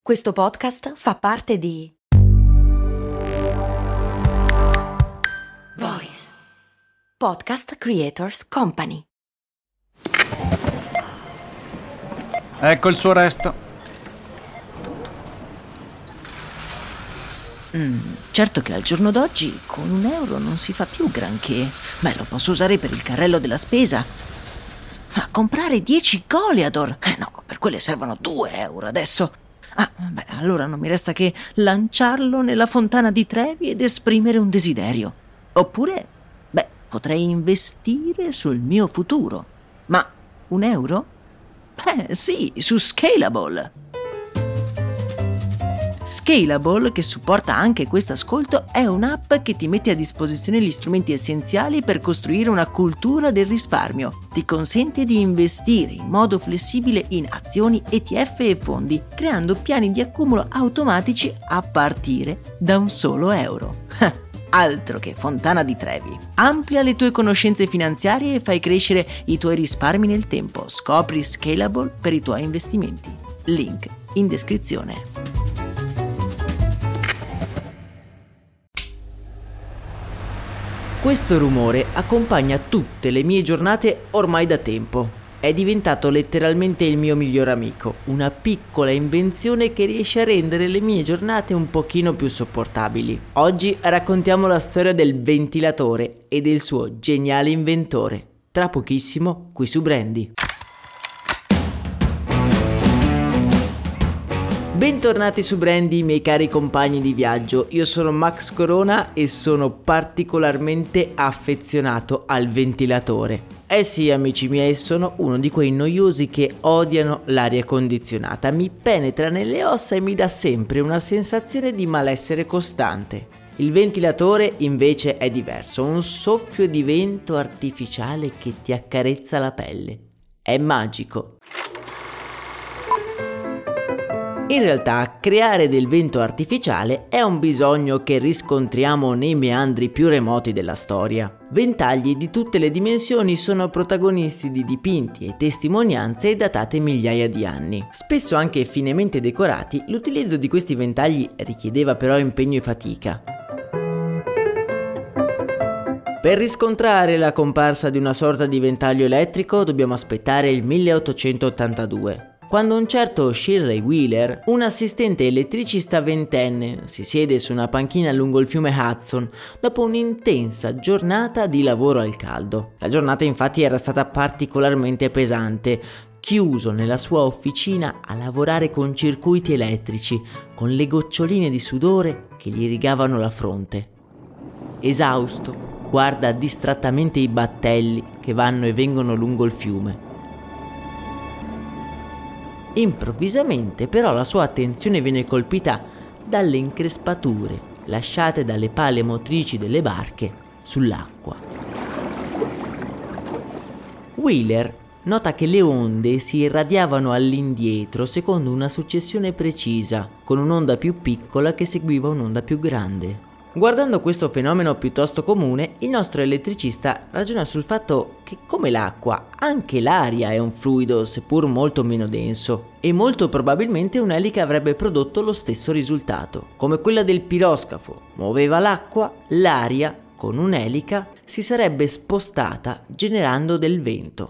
Questo podcast fa parte di Voice Podcast Creators Company. Ecco il suo resto. Certo che al giorno d'oggi con €1 non si fa più granché. Lo posso usare per il carrello della spesa. Ma comprare 10 Goliador? No, per quelle servono €2 adesso. Allora non mi resta che lanciarlo nella fontana di Trevi ed esprimere un desiderio. Oppure, potrei investire sul mio futuro. Ma €1? Sì, su Scalable. Scalable, che supporta anche questo ascolto, è un'app che ti mette a disposizione gli strumenti essenziali per costruire una cultura del risparmio. Ti consente di investire in modo flessibile in azioni, ETF e fondi, creando piani di accumulo automatici a partire da un solo euro. Altro che fontana di Trevi. Amplia le tue conoscenze finanziarie e fai crescere i tuoi risparmi nel tempo. Scopri Scalable per i tuoi investimenti. Link in descrizione. Questo rumore accompagna tutte le mie giornate ormai da tempo. È diventato letteralmente il mio miglior amico, una piccola invenzione che riesce a rendere le mie giornate un pochino più sopportabili. Oggi raccontiamo la storia del ventilatore e del suo geniale inventore. Tra pochissimo qui su Brandy. Bentornati su Brandy, miei cari compagni di viaggio. Io sono Max Corona e sono particolarmente affezionato al ventilatore. Sì, amici miei, sono uno di quei noiosi che odiano l'aria condizionata. Mi penetra nelle ossa e mi dà sempre una sensazione di malessere costante. Il ventilatore invece è diverso, un soffio di vento artificiale che ti accarezza la pelle. È magico. In realtà, creare del vento artificiale è un bisogno che riscontriamo nei meandri più remoti della storia. Ventagli di tutte le dimensioni sono protagonisti di dipinti e testimonianze datate migliaia di anni. Spesso anche finemente decorati, l'utilizzo di questi ventagli richiedeva però impegno e fatica. Per riscontrare la comparsa di una sorta di ventaglio elettrico dobbiamo aspettare il 1882. Quando un certo Shirley Wheeler, un assistente elettricista ventenne, si siede su una panchina lungo il fiume Hudson dopo un'intensa giornata di lavoro al caldo. La giornata infatti era stata particolarmente pesante, chiuso nella sua officina a lavorare con circuiti elettrici, con le goccioline di sudore che gli irrigavano la fronte. Esausto, guarda distrattamente i battelli che vanno e vengono lungo il fiume. Improvvisamente però la sua attenzione viene colpita dalle increspature lasciate dalle pale motrici delle barche sull'acqua. Wheeler nota che le onde si irradiavano all'indietro secondo una successione precisa, con un'onda più piccola che seguiva un'onda più grande. Guardando questo fenomeno piuttosto comune, il nostro elettricista ragiona sul fatto che, come l'acqua, anche l'aria è un fluido seppur molto meno denso e molto probabilmente un'elica avrebbe prodotto lo stesso risultato. Come quella del piroscafo muoveva l'acqua, l'aria, con un'elica, si sarebbe spostata generando del vento.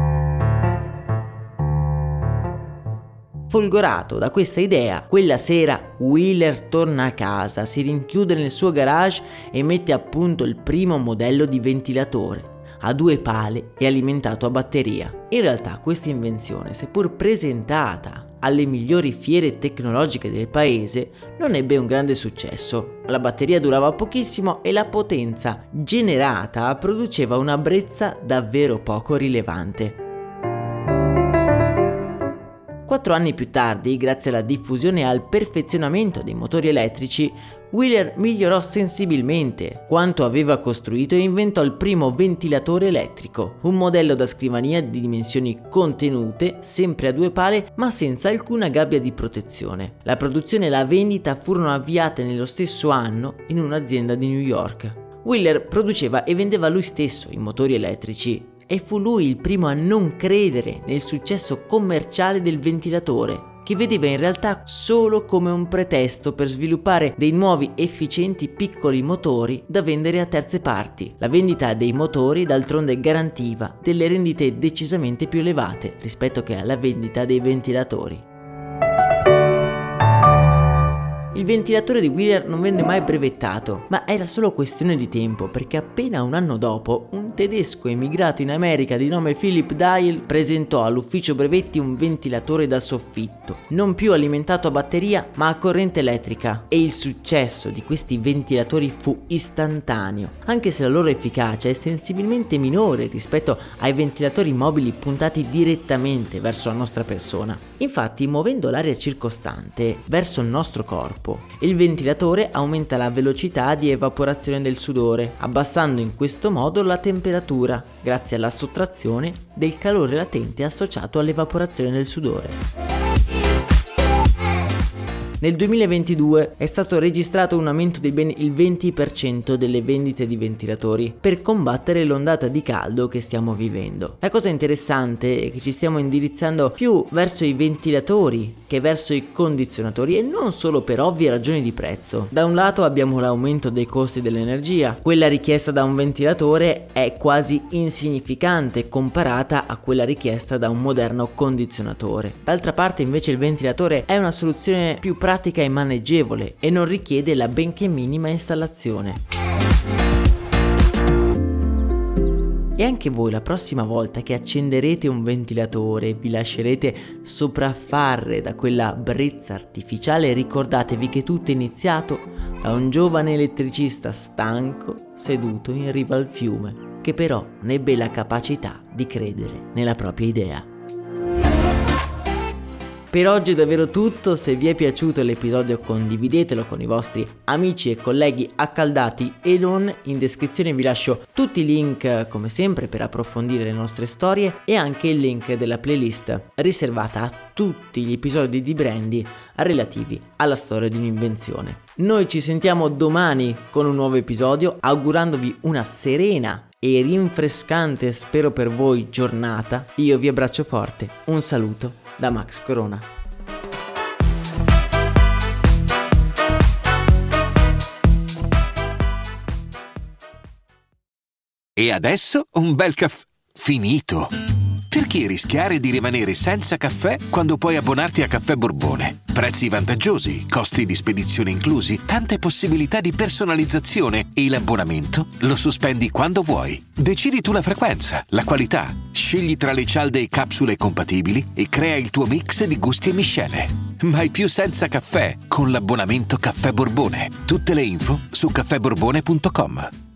Folgorato da questa idea, quella sera Wheeler torna a casa, si rinchiude nel suo garage e mette a punto il primo modello di ventilatore, a 2 pale e alimentato a batteria. In realtà questa invenzione, seppur presentata alle migliori fiere tecnologiche del paese, non ebbe un grande successo. La batteria durava pochissimo e la potenza generata produceva una brezza davvero poco rilevante. 4 anni più tardi, grazie alla diffusione e al perfezionamento dei motori elettrici, Wheeler migliorò sensibilmente quanto aveva costruito e inventò il primo ventilatore elettrico, un modello da scrivania di dimensioni contenute, sempre a 2 pale ma senza alcuna gabbia di protezione. La produzione e la vendita furono avviate nello stesso anno in un'azienda di New York. Wheeler produceva e vendeva lui stesso i motori elettrici e fu lui il primo a non credere nel successo commerciale del ventilatore. che vedeva in realtà solo come un pretesto per sviluppare dei nuovi efficienti piccoli motori da vendere a terze parti. La vendita dei motori d'altronde garantiva delle rendite decisamente più elevate rispetto che alla vendita dei ventilatori. Il ventilatore di Wheeler non venne mai brevettato, ma era solo questione di tempo, perché appena un anno dopo un tedesco emigrato in America di nome Philip Dial presentò all'ufficio brevetti un ventilatore da soffitto, non più alimentato a batteria ma a corrente elettrica, e il successo di questi ventilatori fu istantaneo, anche se la loro efficacia è sensibilmente minore rispetto ai ventilatori mobili puntati direttamente verso la nostra persona. Infatti, muovendo l'aria circostante verso il nostro corpo, il ventilatore aumenta la velocità di evaporazione del sudore, abbassando in questo modo la temperatura, grazie alla sottrazione del calore latente associato all'evaporazione del sudore. Nel 2022 è stato registrato un aumento di ben il 20% delle vendite di ventilatori per combattere l'ondata di caldo che stiamo vivendo. La cosa interessante è che ci stiamo indirizzando più verso i ventilatori che verso i condizionatori, e non solo per ovvie ragioni di prezzo. Da un lato abbiamo l'aumento dei costi dell'energia, quella richiesta da un ventilatore è quasi insignificante comparata a quella richiesta da un moderno condizionatore. D'altra parte invece il ventilatore è una soluzione più pratica e maneggevole e non richiede la benché minima installazione. E anche voi la prossima volta che accenderete un ventilatore e vi lascerete sopraffare da quella brezza artificiale, ricordatevi che tutto è iniziato da un giovane elettricista stanco seduto in riva al fiume, che però non ebbe la capacità di credere nella propria idea. Per oggi è davvero tutto. Se vi è piaciuto l'episodio condividetelo con i vostri amici e colleghi accaldati e non. In descrizione vi lascio tutti i link come sempre per approfondire le nostre storie e anche il link della playlist riservata a tutti gli episodi di Brandy relativi alla storia di un'invenzione. Noi ci sentiamo domani con un nuovo episodio, augurandovi una serena e rinfrescante, spero per voi, giornata. Io vi abbraccio forte, un saluto da Max Corona. E adesso un bel caffè finito. Perché rischiare di rimanere senza caffè quando puoi abbonarti a Caffè Borbone? Prezzi vantaggiosi, costi di spedizione inclusi, tante possibilità di personalizzazione e l'abbonamento lo sospendi quando vuoi. Decidi tu la frequenza, la qualità, scegli tra le cialde e capsule compatibili e crea il tuo mix di gusti e miscele. Mai più senza caffè con l'abbonamento Caffè Borbone. Tutte le info su caffèborbone.com.